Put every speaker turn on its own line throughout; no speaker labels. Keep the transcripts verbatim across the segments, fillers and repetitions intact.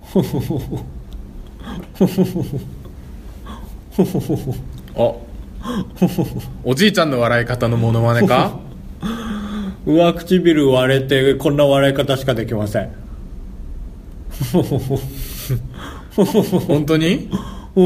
おおじいちゃんの笑い方のモノマネか。
上唇割れてこんな笑い方しかできません。
本当に？
うん。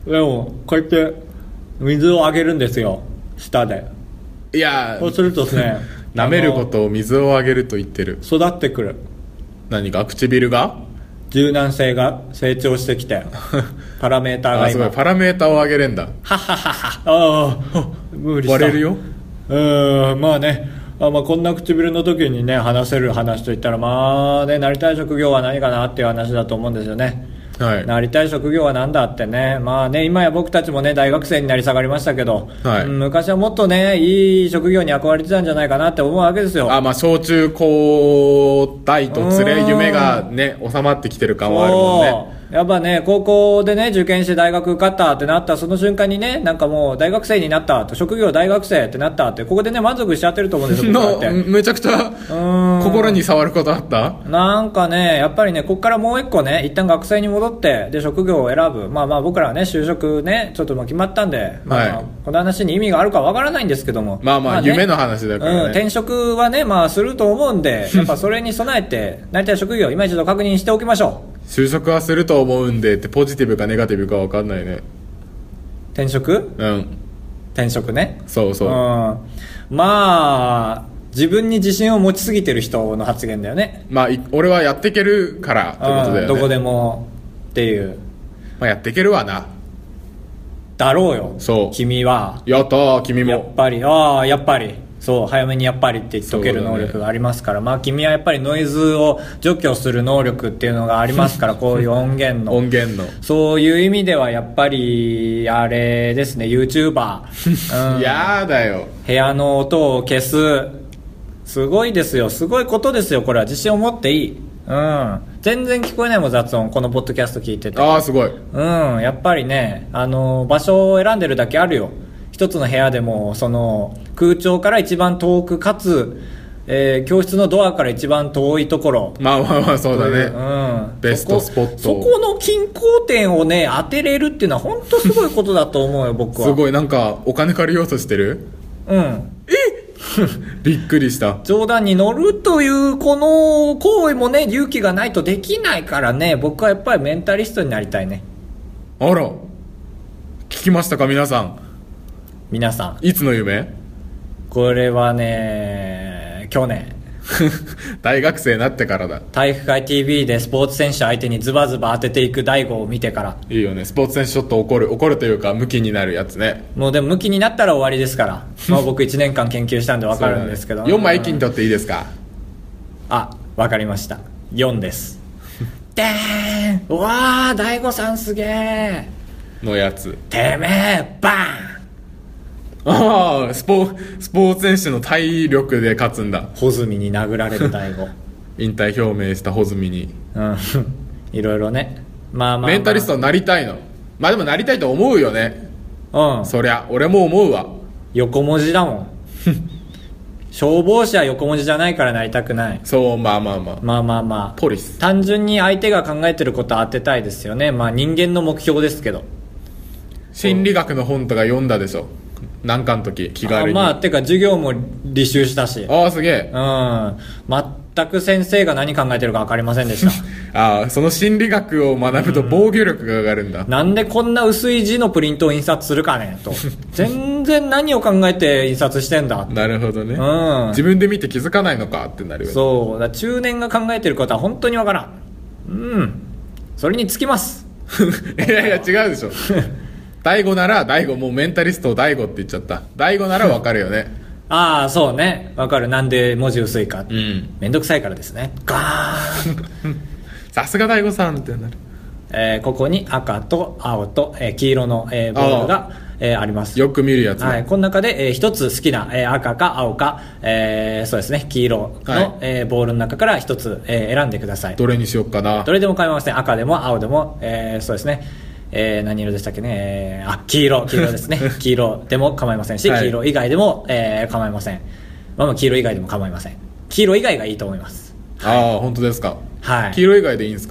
でもこうやって水をあげるんですよ、舌で。
いや
そうするとですね
舐めることを水をあげると言ってる。
育ってくる。
何が？唇が
柔軟性が成長してきてパラメーターが今
あ、すごい、パラメーターを上げれんだ。
はははは。ああ無理した。
割れるよ。
うーん、まあね、あ、まあ、こんな唇の時にね話せる話といったら、まあね、なりたい職業は何かなっていう話だと思うんですよね。
はい、
なりたい職業は何だってね、まあね、今や僕たちもね大学生になり下がりましたけど、
はい、
うん、昔はもっとねいい職業に憧れてたんじゃないかなって思うわけですよ。
あ、まあ小中高大と連れ夢がね収まってきてる感はあるもんね。
やっぱね、高校でね受験して大学受かったってなったその瞬間にね、なんかもう大学生になったと、職業大学生ってなったって、ここでね満足しちゃってると思うんですよ。
のめちゃくちゃ心に触ることあった。
なんかね、やっぱりね、ここからもう一個ね一旦学生に戻ってで職業を選ぶ。まあまあ僕らはね就職ねちょっとまあ決まったんで、まあまあ、この話に意味があるかわからないんですけども、
まあまあ夢の話だからね、
うん、転職はねまあすると思うんで、やっぱそれに備えてなりたい職業を今一度確認しておきましょう。
就職はすると思うんでってポジティブかネガティブか分かんないね。
転職？
うん
転職ね。
そうそう、うん、
まあ自分に自信を持ちすぎてる人の発言だよね。
まあ俺はやっていけるからってことだよね、
うん、どこでもっていう。
まあやっていけるわな。
だろうよ。
そう
君は
やったー。君も
やっぱり、ああやっぱりそう早めにやっぱりって言っとける能力がありますから、ね、まあ君はやっぱりノイズを除去する能力っていうのがありますからこういう音源の
音源の
そういう意味ではやっぱりあれですね YouTuber、うん、
やだよ。
部屋の音を消す、すごいですよ、すごいことですよ。これは自信を持っていい。うん、全然聞こえないもん雑音、このポッドキャスト聞いてて。
ああすごい。
うん、やっぱりね、あの場所を選んでるだけあるよ。一つの部屋でもその空調から一番遠くかつ、えー、教室のドアから一番遠いところ。
まあまあまあそうだね、うん、
ベストスポット。そこ、そこの均衡点をね当てれるっていうのは本当すごいことだと思うよ僕は。
すごい、なんかお金借りようとしてる。
うん。
えびっくりした。
冗談に乗るというこの行為もね勇気がないとできないからね、僕はやっぱりメンタリストになりたいね。
あら、聞きましたか皆さん。
皆さ
んいつの夢？
これはね去年
大学生になってからだ。
体育会 ティーブイ でスポーツ選手相手にズバズバ当てていく大悟を見てから。
いいよね、スポーツ選手ちょっと怒る怒るというかムキになるやつね。
もうでもムキになったら終わりですからまあ僕いちねんかん研究したんで分かるんですけど、
ね、よんまい一気に取っていいですか？
あ、分かりました、よんですでーん、うわー大悟さんすげー
のやつ。
てめえバーン。
ああ、スポ、スポーツ選手の体力で勝つんだ。
穂積に殴られる大悟
引退表明した穂積に、
うんいろいろね、まあまあ、まあ、
メンタリストになりたいの。まあでもなりたいと思うよね。
うん、
そりゃ俺も思うわ。
横文字だもん消防士は横文字じゃないからなりたくない。
そう、まあまあまあ
まあまあまあ
ポリス。
単純に相手が考えてることを当てたいですよね。まあ人間の目標ですけど。
心理学の本とか読んだでしょ、なんかの時気軽に。
あまあてか授業も履修したし。
ああすげえ。
うん全く先生が何考えてるか分かりませんでした
ああ、その心理学を学ぶと防御力が上がるんだ、
うん、なんでこんな薄い字のプリントを印刷するかねと全然何を考えて印刷してんだ
なるほどね、
うん、
自分で見て気づかないのかってなるよね。
そうだ、中年が考えてることは本当に分からん。うんそれにつきます
いやいや違うでしょ大悟なら大悟、もうメンタリストを大悟って言っちゃった。大悟なら分かるよね
ああそうね、分かる。なんで文字薄いか、
うん、
めんどくさいからですね。ガーン
さすが大悟さんってなる。
えー、ここに赤と青と、えー、黄色の、えー、ボールがあ,、えー、あります。
よく見るやつ、ね、
はい、この中で、えー、一つ好きな、えー、赤か青か、えー、そうですね黄色の、はいえー、ボールの中から一つ、えー、選んでください。
どれにしよっかな。
どれでも構いません。赤でも青でも、えー、そうですね、えー、何色でしたっけね、えー、あ黄色黄色ですね黄色でも構いませんし、はい、黄色以外でも、えー、構いません。まあ、まあ黄色以外でも構いません。黄色以外がいいと思います。
ああ、はい、本当ですか。
はい、
黄色以外でいいんですか。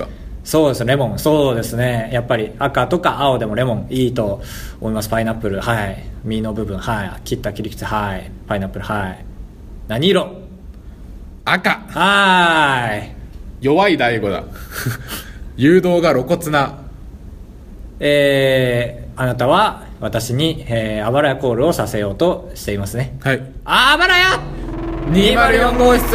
そうですレモンそうですねやっぱり赤とか青でもレモンいいと思います。パイナップルはい実の部分はい切った切り口はいパイナップルはい何色
赤。
はーい
弱い大悟だ誘導が露骨な。
えー、あなたは私に、えー、あばらやコールをさせようとしていますね。
はい。
あばらや
にまるよん号室。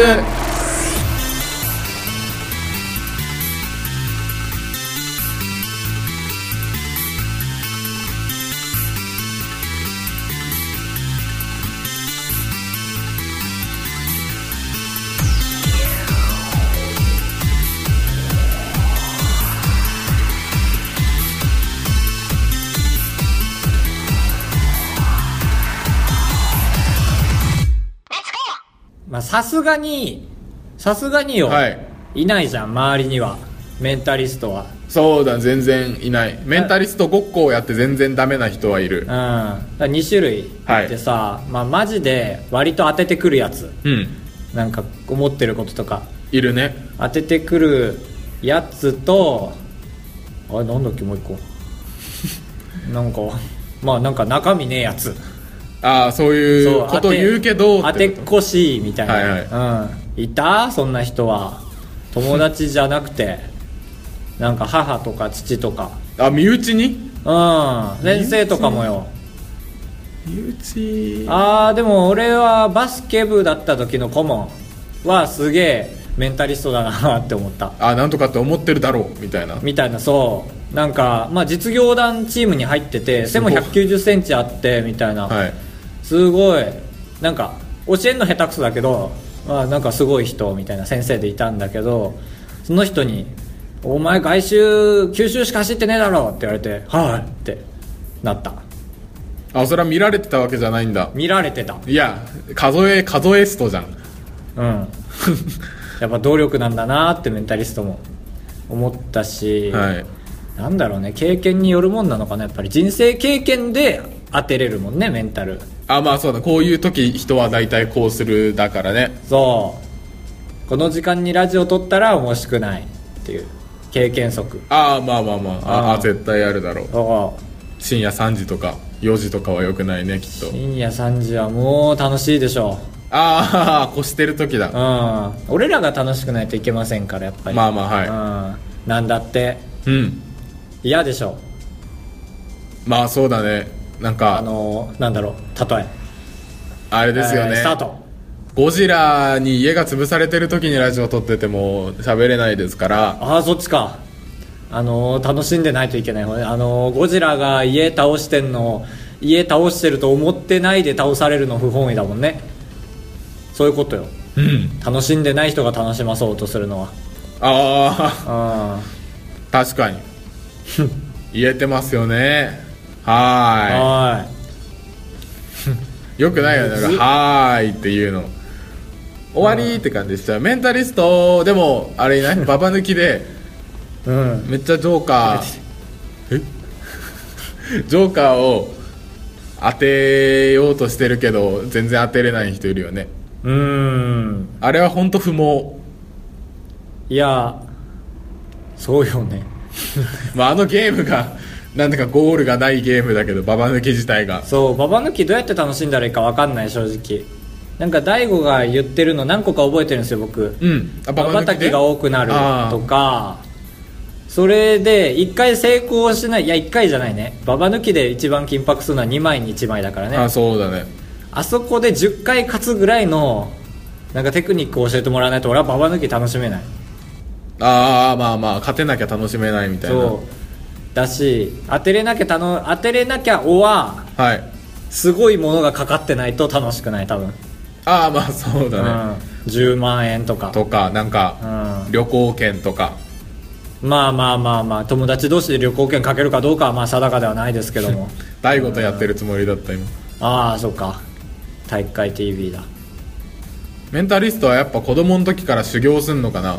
まあさすがにさすがによ、
はい、
いないじゃん周りにはメンタリストは。
そうだ全然いない。メンタリストごっこをやって全然ダメな人はいる。うん、だ
からに種類あってさ、はい、まあマジで割と当ててくるやつ、うん、なんか思ってることとか
いるね。
当ててくるやつとあれなんだっけもう一個なんかまあなんか中身ねえやつ。
ああそういうこと言うけど
当てっこしいみたいな、はいはい、うん、いたそんな人は。友達じゃなくてなんか母とか父とか。
あ身内に。
うん先生とかもよ
身内。
ああでも俺はバスケ部だった時の顧問はすげえメンタリストだなって思った。
あなんとかって思ってるだろうみたいな
みたいな。そうなんか、まあ、実業団チームに入ってて背もひゃくきゅうじゅっセンチあってみたいな、はい、すごいなんか教えるの下手くそだけど、まあ、なんかすごい人みたいな先生でいたんだけどその人に「お前外周九州しか走ってねえだろ」って言われて「はい」ってなった。
あそれは見られてたわけじゃないんだ。
見られてた。
いや数え数えストじゃん。
うんやっぱ努力なんだなってメンタリストも思ったし、はい、なんだろうね経験によるもんなのかな。やっぱり人生経験で当てれるもんねメンタル。
あまあそうだこういう時人は大体こうするだからね。
そうこの時間にラジオ撮ったら面白くないっていう経験則。
ああまあまあまあ あ, あ絶対あるだろう。そう深夜さんじとかよじとかはよくないねきっと。
深夜さんじはもう楽しいでしょ。
ああ越してる時だ。
うん俺らが楽しくないといけませんからやっぱり。
まあまあはい、
うん、なんだって
うん
嫌でしょ。
まあそうだね。なんか
あのー、なんだろう例え
あれですよね、えー、
スタート。
ゴジラに家が潰されてる時にラジオ撮ってても喋れないですから。
ああそっちか。あのー、楽しんでないといけない方ね。あのー、ゴジラが家倒してんの家倒してると思ってないで倒されるの不本意だもんね。そういうことよ、うん、楽しんでない人が楽しまそうとするのは。
ああ確かに言えてますよね。はーいよくないよねはーいっていうの終わりって感じでした。メンタリストでもあれいないババ抜きで、うん、めっちゃジョーカーえジョーカーを当てようとしてるけど全然当てれない人いるよね。
うーん
あれは本当不毛。
いやそうよね
まああのゲームがなんだかゴールがないゲームだけどババ抜き自体が。
そうババ抜きどうやって楽しんだらいいか分かんない正直。なんか大悟が言ってるの何個か覚えてるんですよ僕。うんババ抜きが多くなるとかそれでいっかい成功しない。いやいっかいじゃないねババ抜きで一番緊迫するのはにまいにいちまいだからね。
あそうだね。
あそこでじゅっかい勝つぐらいのなんかテクニックを教えてもらわないと俺はババ抜き楽しめない。
ああまあまあ勝てなきゃ楽しめないみたいな。
そうだし当てれなきゃたの当てれなきゃおは、
はい、
すごいものがかかってないと楽しくない多分。
ああまあそうだね、
うん、じゅうまんえんとか
とかなんか、うん、旅行券とか
まあまあまあまあ友達同士で旅行券かけるかどうかはまあ定かではないですけども
大悟とやってるつもりだった今、うん、
ああそっか体育会 ティーブイ だ。
メンタリストはやっぱ子供の時から修行すんのかな。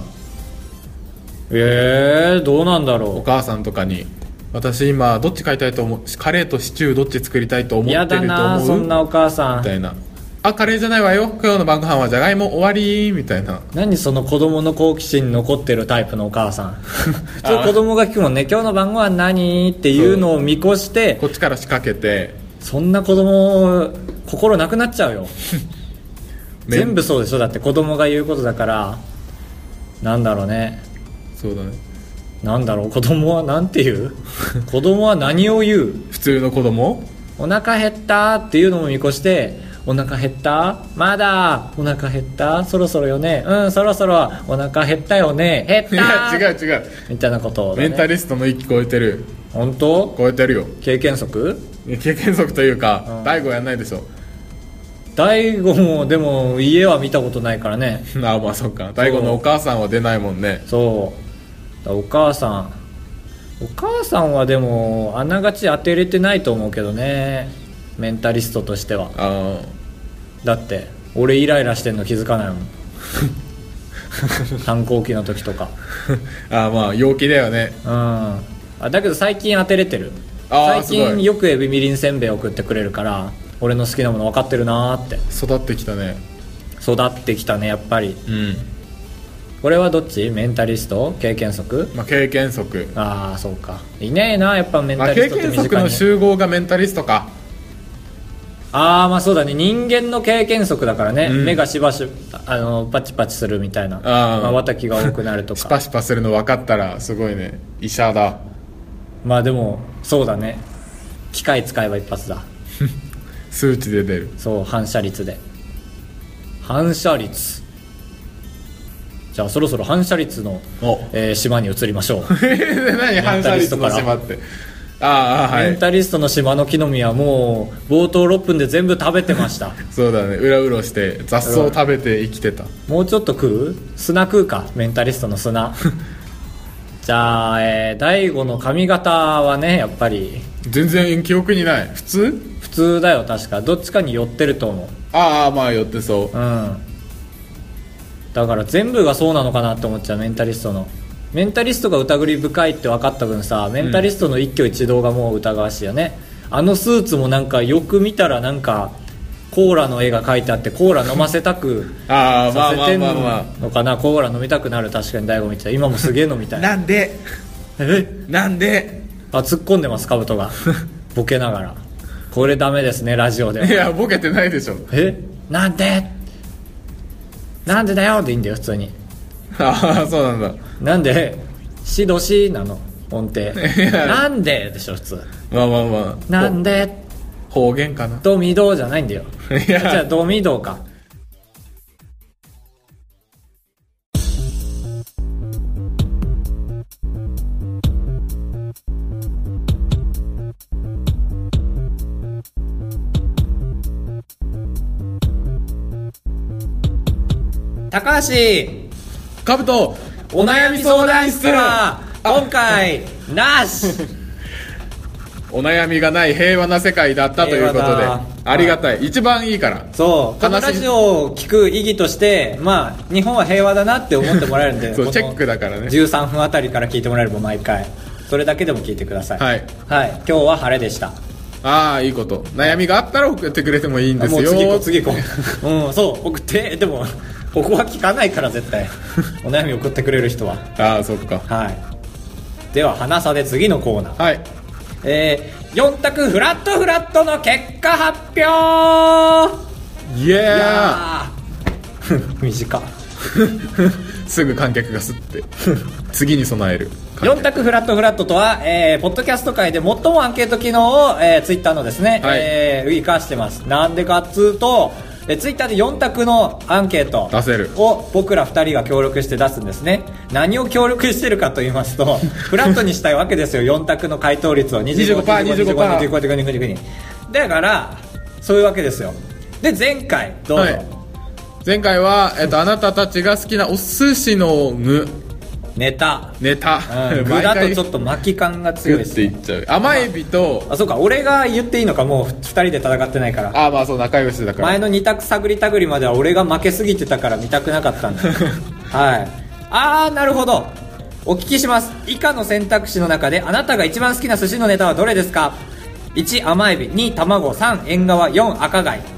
えー、どうなんだろう。
お母さんとかに私今どっち買いたいと思うカレーとシチューどっち作りたいと思ってると思う。
嫌だなそんなお母さん
みたいな。 あ、カレーじゃないわよ、今日の晩ご飯はじゃがいも終わりみたいな。
何その子供の好奇心に残ってるタイプのお母さん普通子供が聞くもんね、今日の晩ご飯何っていうのを見越して
こっちから仕掛けて、
そんな子供心なくなっちゃうよ全部そうでしょ、だって子供が言うことだから。なんだろうね。
そうだね。
なんだろう、子供はなんて言う子供は何を言う
普通の子供、
お腹減ったっていうのも見越して、お腹減った、まだお腹減った、そろそろよね、うんそろそろお腹減ったよね、減った
いや違う違う
みたいなことを、ね、
メンタリストの域超えてる。
本当？
超えてるよ。
経験則？
経験則というか、
うん、
大悟やんないでしょ。
大悟もでも家は見たことないからね
ああまあそっか、大悟のお母さんは出ないもんね。
そうお母さんお母さんはでもあながち当てれてないと思うけどね、メンタリストとしては。
あ
だって俺イライラしてんの気づかないもん反抗期の時とか
ああまあ陽気だよね。
うんあだけど最近当てれてる。
あ
最近よくエビみりんせんべい送ってくれるから俺の好きなもの分かってるなーって。
育ってきたね。
育ってきたねやっぱり。
うん
これはどっち？メンタリスト？経験則？
まあ経験則。
ああそうか、いねえなやっぱメンタリストって身近に、
まあ、経験則の集合がメンタリストか。
ああまあそうだね、人間の経験則だからね、うん、目がしばしあのパチパチするみたいな、まばたきが多くなるとか
シパシパするの分かったらすごいね、医者だ。
まあでもそうだね、機械使えば一発だ
数値で出る。
そう反射率で。反射率、じゃあそろそろ反射率の、えー、島に移りましょう
何反射率の島って。ああ、はい、
メンタリストの島の木の実はもう冒頭ろっぷんで全部食べてました
そうだね、うらうろして雑草を食べて生きてた。
もうちょっと食う？砂食うか、メンタリストの砂じゃあ、えー、大悟の髪型はねやっぱり
全然記憶にない。普通？
普通だよ確か、どっちかに寄ってると思う。
ああまあ寄ってそう。
うんだから全部がそうなのかなって思っちゃう。メンタリストのメンタリストが疑り深いって分かった分さ、メンタリストの一挙一動がもう疑わしいよね、うん、あのスーツもなんかよく見たらなんかコーラの絵が描いてあってコーラ飲ませたくさせてんのかな。コーラ飲みたくなる。確かに大悟見てた、今もすげえ飲みたい
なんでえなんで
あ突っ込んでますカブトがボケながら。これダメですねラジオでは。
いやボケてないでしょ。
えなんでなんでだよでいいんだよ普通に。
ああそうなんだ。
なんでしどしなの音程なんででしょ普通。
まあまあまあ
なんで
方言かな。
ドミドじゃないんだよじゃあドミドか。高橋
カブト
お悩み相談室は今回なし
お悩みがない平和な世界だったということでありがたい、はい、一番いいから。
そうこのラジオを聞く意義としてまあ日本は平和だなって思ってもらえるんで
そうチェックだからね。
じゅうさんぷんあたりから聞いてもらえれば毎回それだけでも聞いてください。
はい、
はい、今日は晴れでした。
ああいいこと。悩みがあったら送ってくれてもいいんですよ。
もう次行こう次行こううんそう送って。でもここは聞かないから絶対お悩み送ってくれる人は
ああそっか。
はいでは花さで次のコーナー。
はい
えー、よん択フラットフラットの結果発表。
イエ
ー短
すぐ観客がすって次に備える。
よん択フラットフラットとは、えー、ポッドキャスト界で最もアンケート機能を、えー、ツイッターのですね、はいえー、生かしてます。なんでかっつうとえツイッターでよん択のアンケート
出せる
を僕らふたりが協力して出すんですね。何を協力してるかと言いますとフラットにしたいわけですよ。よん択の回答率を にじゅうごパーセント にじゅうごパーセント にじゅうごパーセント にじゅうごパーセント にじゅうごパーセント にじゅうごパーセント にじゅうごパーセント にじゅうごパーセント にじゅうごパーセント にじゅうごパーセント にじゅうごパーセント だからそういうわけですよ。で前回どうぞ、
前回は、えっと、あなたたちが好きなお寿司の具
ネタ
ネタ、
うん、具だとちょっと巻き感が強いです、ね、
グッていっちゃう。甘エビと、
まあ、あそうか俺が言っていいのか。もうふたりで戦ってないから。
ああまあそう仲良しだから。
前のに択探り探りまでは俺が負けすぎてたから見たくなかったんだはいああなるほど。お聞きします。以下の選択肢の中であなたが一番好きな寿司のネタはどれですか。いち甘エビ、に卵、さん縁側、よん赤貝。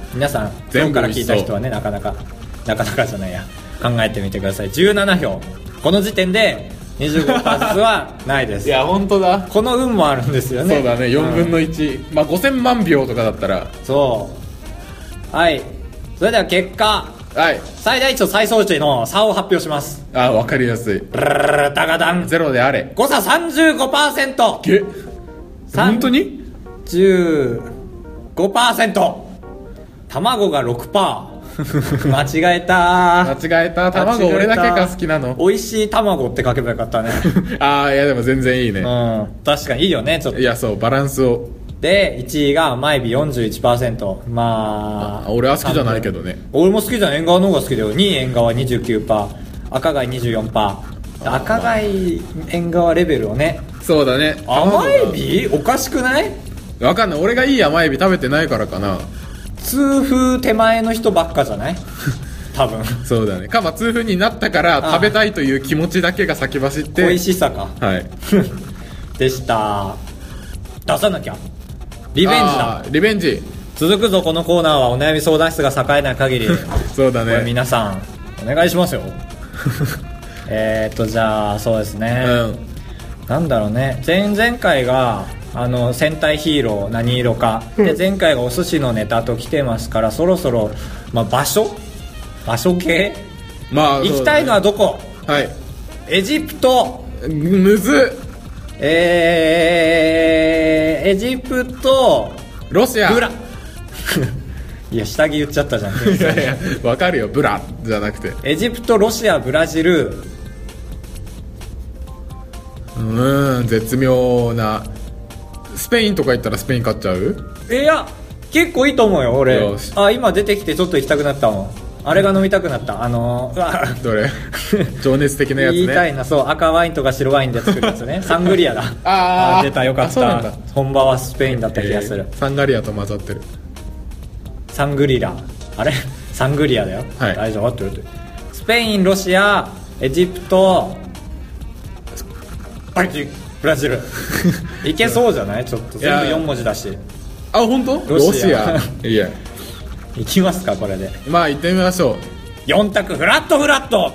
皆さんゼロから聞いた人はねなかなかなかなかじゃないや考えてみてください。じゅうなな票、この時点で にじゅうごパーセント ずつはないです。
いや本当だ、
この運もあるんですよね。
そうだね、よんぶんのいち、うん、まあごせんまん票とかだったら。
そうはい、それでは結果、
はい、
最大値と最小値の差を発表します。
あ、わかりやすい。
ダガダン、
ゼロであれ。
誤差 さんじゅうごパーセント。
げ本当に
じゅうごパーセント。 卵が ろくパーセント。間違えた
間違えた。卵俺だけが好きなの。
美味しい卵って書けばよかったね。
ああ、いやでも全然いいね。
うん、確かにいいよね、ちょっと。
いやそう、バランスを。
でいちいが甘エビ よんじゅういちパーセント。 まあ
俺は好きじゃないけどね。
俺も好きじゃん、縁側の方が好きだよ。にい縁側 にじゅうきゅうパーセント、 赤貝 にじゅうよんパーセント。 赤貝縁側レベルをね。
そうだね。
甘エビおかしくない？
わかんない、俺がいい甘エビ食べてないからかな。
痛風手前の人ばっかじゃない？多分
そうだね。かまあ痛風になったから食べたいという気持ちだけが先走って
美味しさか。
はい
でした。出さなきゃ。リベンジだ。
リベンジ
続くぞ。このコーナーはお悩み相談室が栄えない限り
そうだね、
皆さんお願いしますよ。えっとじゃあそうですね、うん、なんだろうね、前々回があの戦隊ヒーロー何色かで、前回がお寿司のネタと来てますから、そろそろ、まあ、場所場所系、まあ、行きたいのはどこ？
はい、
エジプト。
むずっ。
えー、エジプト、
ロシア、
ブラいや下着言っちゃったじゃん。い
やいやわかるよ、ブラじゃなくて。
エジプト、ロシア、ブラジル。
うーん、絶妙な。スペインとか行ったらスペイン勝っちゃう？
いや結構いいと思うよ俺。あ、今出てきてちょっと行きたくなったもん。あれが飲みたくなった。あのー、
どれ情熱的なやつね。
言いたいな。そう、赤ワインとか白ワインで作るやつね。サングリアだ。
あ
あ出た、よかった。本場はスペインだった気がする、
えー、サンガリアと混ざってる。
サングリラ、あれサングリアだよ、はい、大丈夫って言うて。スペイン、ロシア、エジプト、ブラジルいけそうじゃない？ちょっと全部よん文字だし。
あ、本当？ロシアいや
いきますか、これで。
まあ行ってみましょう。
よん択フラットフラット。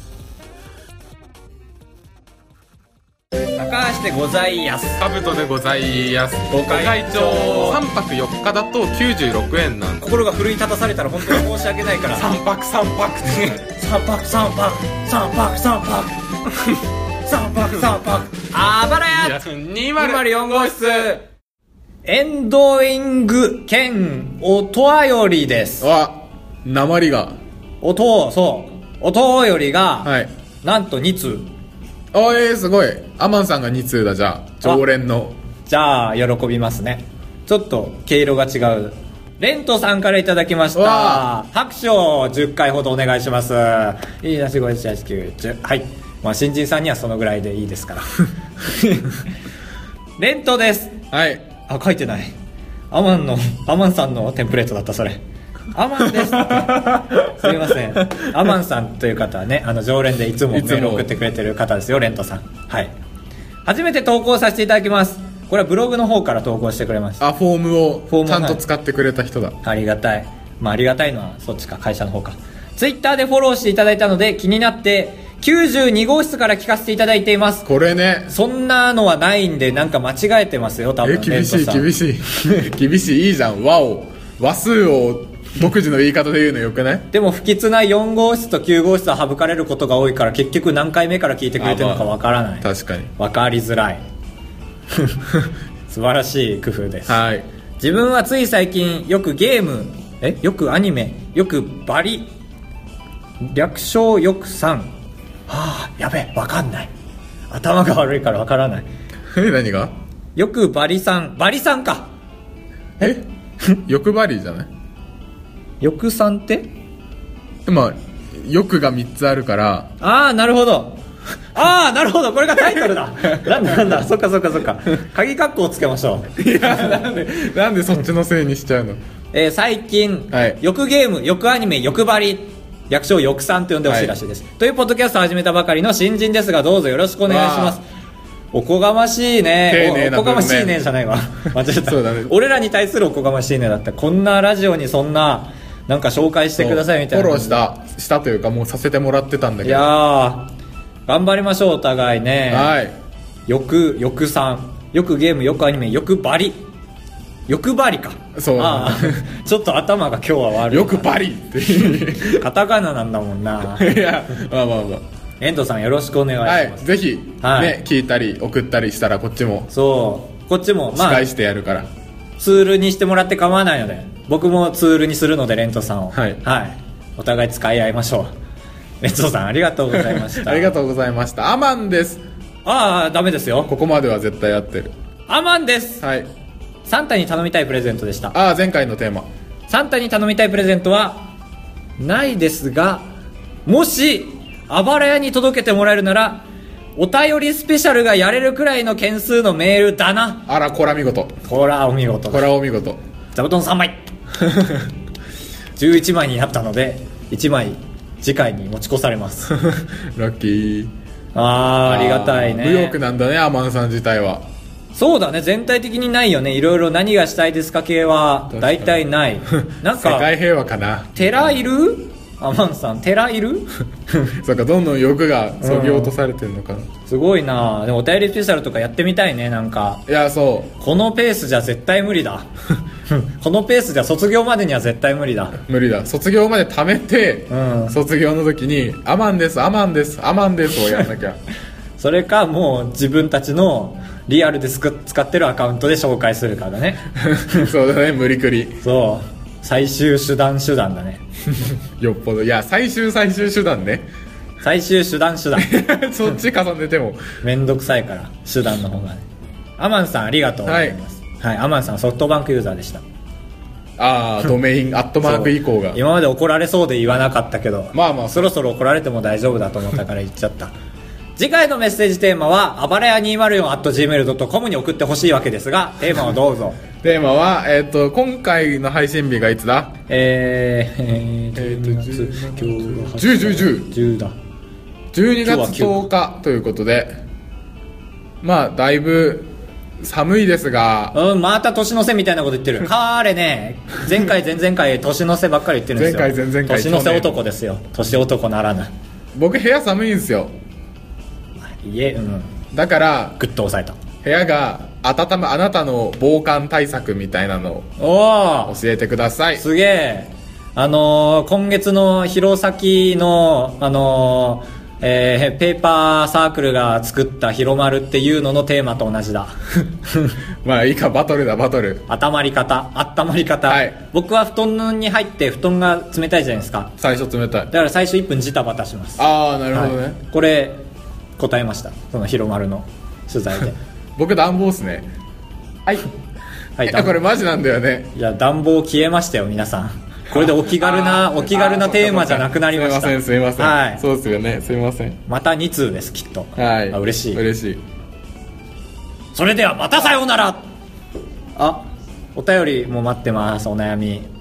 高橋でございやす。
カブトでございやす。ご会長。さんぱくよっかだときゅうじゅうろくえんなんで。
心が奮い立たされたら本当に申し訳ないから。
さんぱくさんぱく
さんぱくさんぱくさんぱくさんぱくさんぱくさんぱくあばらやにまるよん号室。エンドイング兼おとわよりです。
あ、鉛が
おと、そうおとよりが、はい、なんとに通。
あ、えー、すごい。アマンさんがに通だ。じゃあ常連の。
じゃあ喜びますね。ちょっと毛色が違う。レントさんからいただきました。拍手をじゅっかいほどお願いします。いいなしごいちはちきゅうじゅう。はい、まあ、新人さんにはそのぐらいでいいですからレントです。
はい。
あ、書いてない。アマンのアマンさんのテンプレートだった。それアマンですすみません。アマンさんという方はね、あの常連でいつもメール送ってくれてる方ですよ、レントさん。はい、初めて投稿させていただきます。これはブログの方から投稿してくれました。
あ、フォームをちゃんと使ってくれた人だ。
ありがたい。まあありがたいのはそっちか、会社の方か。ツイッターでフォローしていただいたので気になってきゅうじゅうに号室から聞かせていただいています。
これね、
そんなのはないんで、なんか間違えてますよ多分。
え、厳しい厳しい厳しい。いいじゃん。和を和数を独自の言い方で言うのよくない？
でも不吉なよん号室ときゅう号室は省かれることが多いから、結局何回目から聞いてくれてるのかわからない、まあ、
確かに
わかりづらい素晴らしい工夫です。
はい。
自分はつい最近よくゲーム、えよくアニメ、よくバリ、略称よくさん、はあ、やべえ、わかんない。頭が悪いからわからない。
え、何が？
よくバリさん、バリさんか。
え欲張りじゃない？
欲さんって
まあ欲がみっつあるから。
ああ、なるほど。ああ、なるほど、これがタイトルだなんだなんだ、そっかそっかそっか。鍵括弧をつけましょう。
いや、なんでなんでそっちのせいにしちゃうの？
えー、最近、
はい、
欲ゲーム、欲アニメ、欲張り、略称欲さんと呼んでほしいらしいです、はい、というポッドキャストを始めたばかりの新人ですが、どうぞよろしくお願いします。 おこがましいね。
丁寧な
おこがましいねじゃないわ。間違えた。
そうだね。
俺らに対するおこがましいねだった。こんなラジオにそんな、なんか紹介してくださいみたいな。
フォローした、したというかもうさせてもらってたんだけど。
いやー、頑張りましょう、お互いね。
はい。
よく、よくさん。よくゲーム、よくアニメ、よくバリ。よくバリか。
そう。
あちょっと頭が今日は悪い。
よくバリっていう。
カタカナなんだもんな。
いや、まあまあまあ。
遠藤さんよろしくお願いします。はい、
ぜひ、
はい、
ね、聞いたり送ったりしたらこっちも。
そう。こっちも、
まあ。仕返してやるから。
ツールにしてもらって構わないので、僕もツールにするので、レントさんを。
はい。
はい。お互い使い合いましょう。レントさんありがとうございました。
ありがとうございました。アマンです。
ああ、ダメですよ。
ここまでは絶対合ってる。
アマンです。
はい。
サンタに頼みたいプレゼントでした。
ああ、前回のテーマ。
サンタに頼みたいプレゼントはないですが、もしあばら屋に届けてもらえるならお便りスペシャルがやれるくらいの件数のメールだな。
あら、こら見事。
こらお見事。
こらお見事。
座布団さんまいじゅういちまいになったのでいちまい次回に持ち越されます
ラッキー。
あー、ありがたいね。
無欲なんだね、アマンさん自体は。
そうだね、全体的にないよね。いろいろ何がしたいですか系は大体ないなんか
世界平和かな。
寺いるアマンさん寺いる
そうか、どんどん欲がそぎ落とされてるのかな、うん、
すごいな。でもお便りスペシャルとかやってみたいね。なんか
いや、そう
このペースじゃ絶対無理だこのペースじゃ卒業までには絶対無理だ。
無理だ。卒業まで貯めて、うん、卒業の時にアマンですアマンですアマンですをやんなきゃ
それかもう自分たちのリアルで使ってるアカウントで紹介するからね
そうだね、無理くり。
そう、最終手段手段だね
よっぽど。いや、最終最終手段ね。
最終手段手段
そっち重ねても
めんどくさいから手段の方がね。アマンさんありがとうございます。はい、はい、アマンさんソフトバンクユーザーでした。
ああ、ドメインアットマーク以降が
今まで怒られそうで言わなかったけど、
まあまあ
そろそろ怒られても大丈夫だと思ったから言っちゃった次回のメッセージテーマはあばらや にーまるよん アット ジーメール ドット コム に送ってほしいわけですが、テーマをどうぞ
テーマは、えー、と今回の配信日がいつだ。
えー、えー、えー、と今日が
じゅう、じゅう、じゅう、
じゅうだ。
じゅうにがつとおかということで、まあだいぶ寒いですが、
うん、また年の瀬みたいなこと言ってる彼ね、前回前々回年の瀬ばっかり言ってるんですよ。
前回前々回
年の瀬男ですよ。年男ならぬ。
僕部屋寒いんですよ。
いえ、うん、
だから
グッと押さえた。
部屋が温むあなたの防寒対策みたいなのを教えてください。
すげえ。あのー、今月の弘前のあのーえー、ペーパーサークルが作った広まるっていうののテーマと同じだ
まあいいか、バトルだバトル。
温まり方、温まり方、はい、僕は布団に入って布団が冷たいじゃないですか。
最初冷たい。だ
から最初いっぷんジタバタします。
ああ、なるほどね、
はい、これ答えました、その広まるの取材で
僕暖房っすね。はい、はい、これマジなんだよね。
いや、暖房消えましたよ皆さん。これでお気軽なお気軽なテーマじゃなくなりました。
すいませんすいません、
はい、
そうですよね、すいません。
またに通ですきっと。
はい、
あ、嬉しい
嬉しい。
それではまたさようなら。あ、お便りも待ってます。お悩み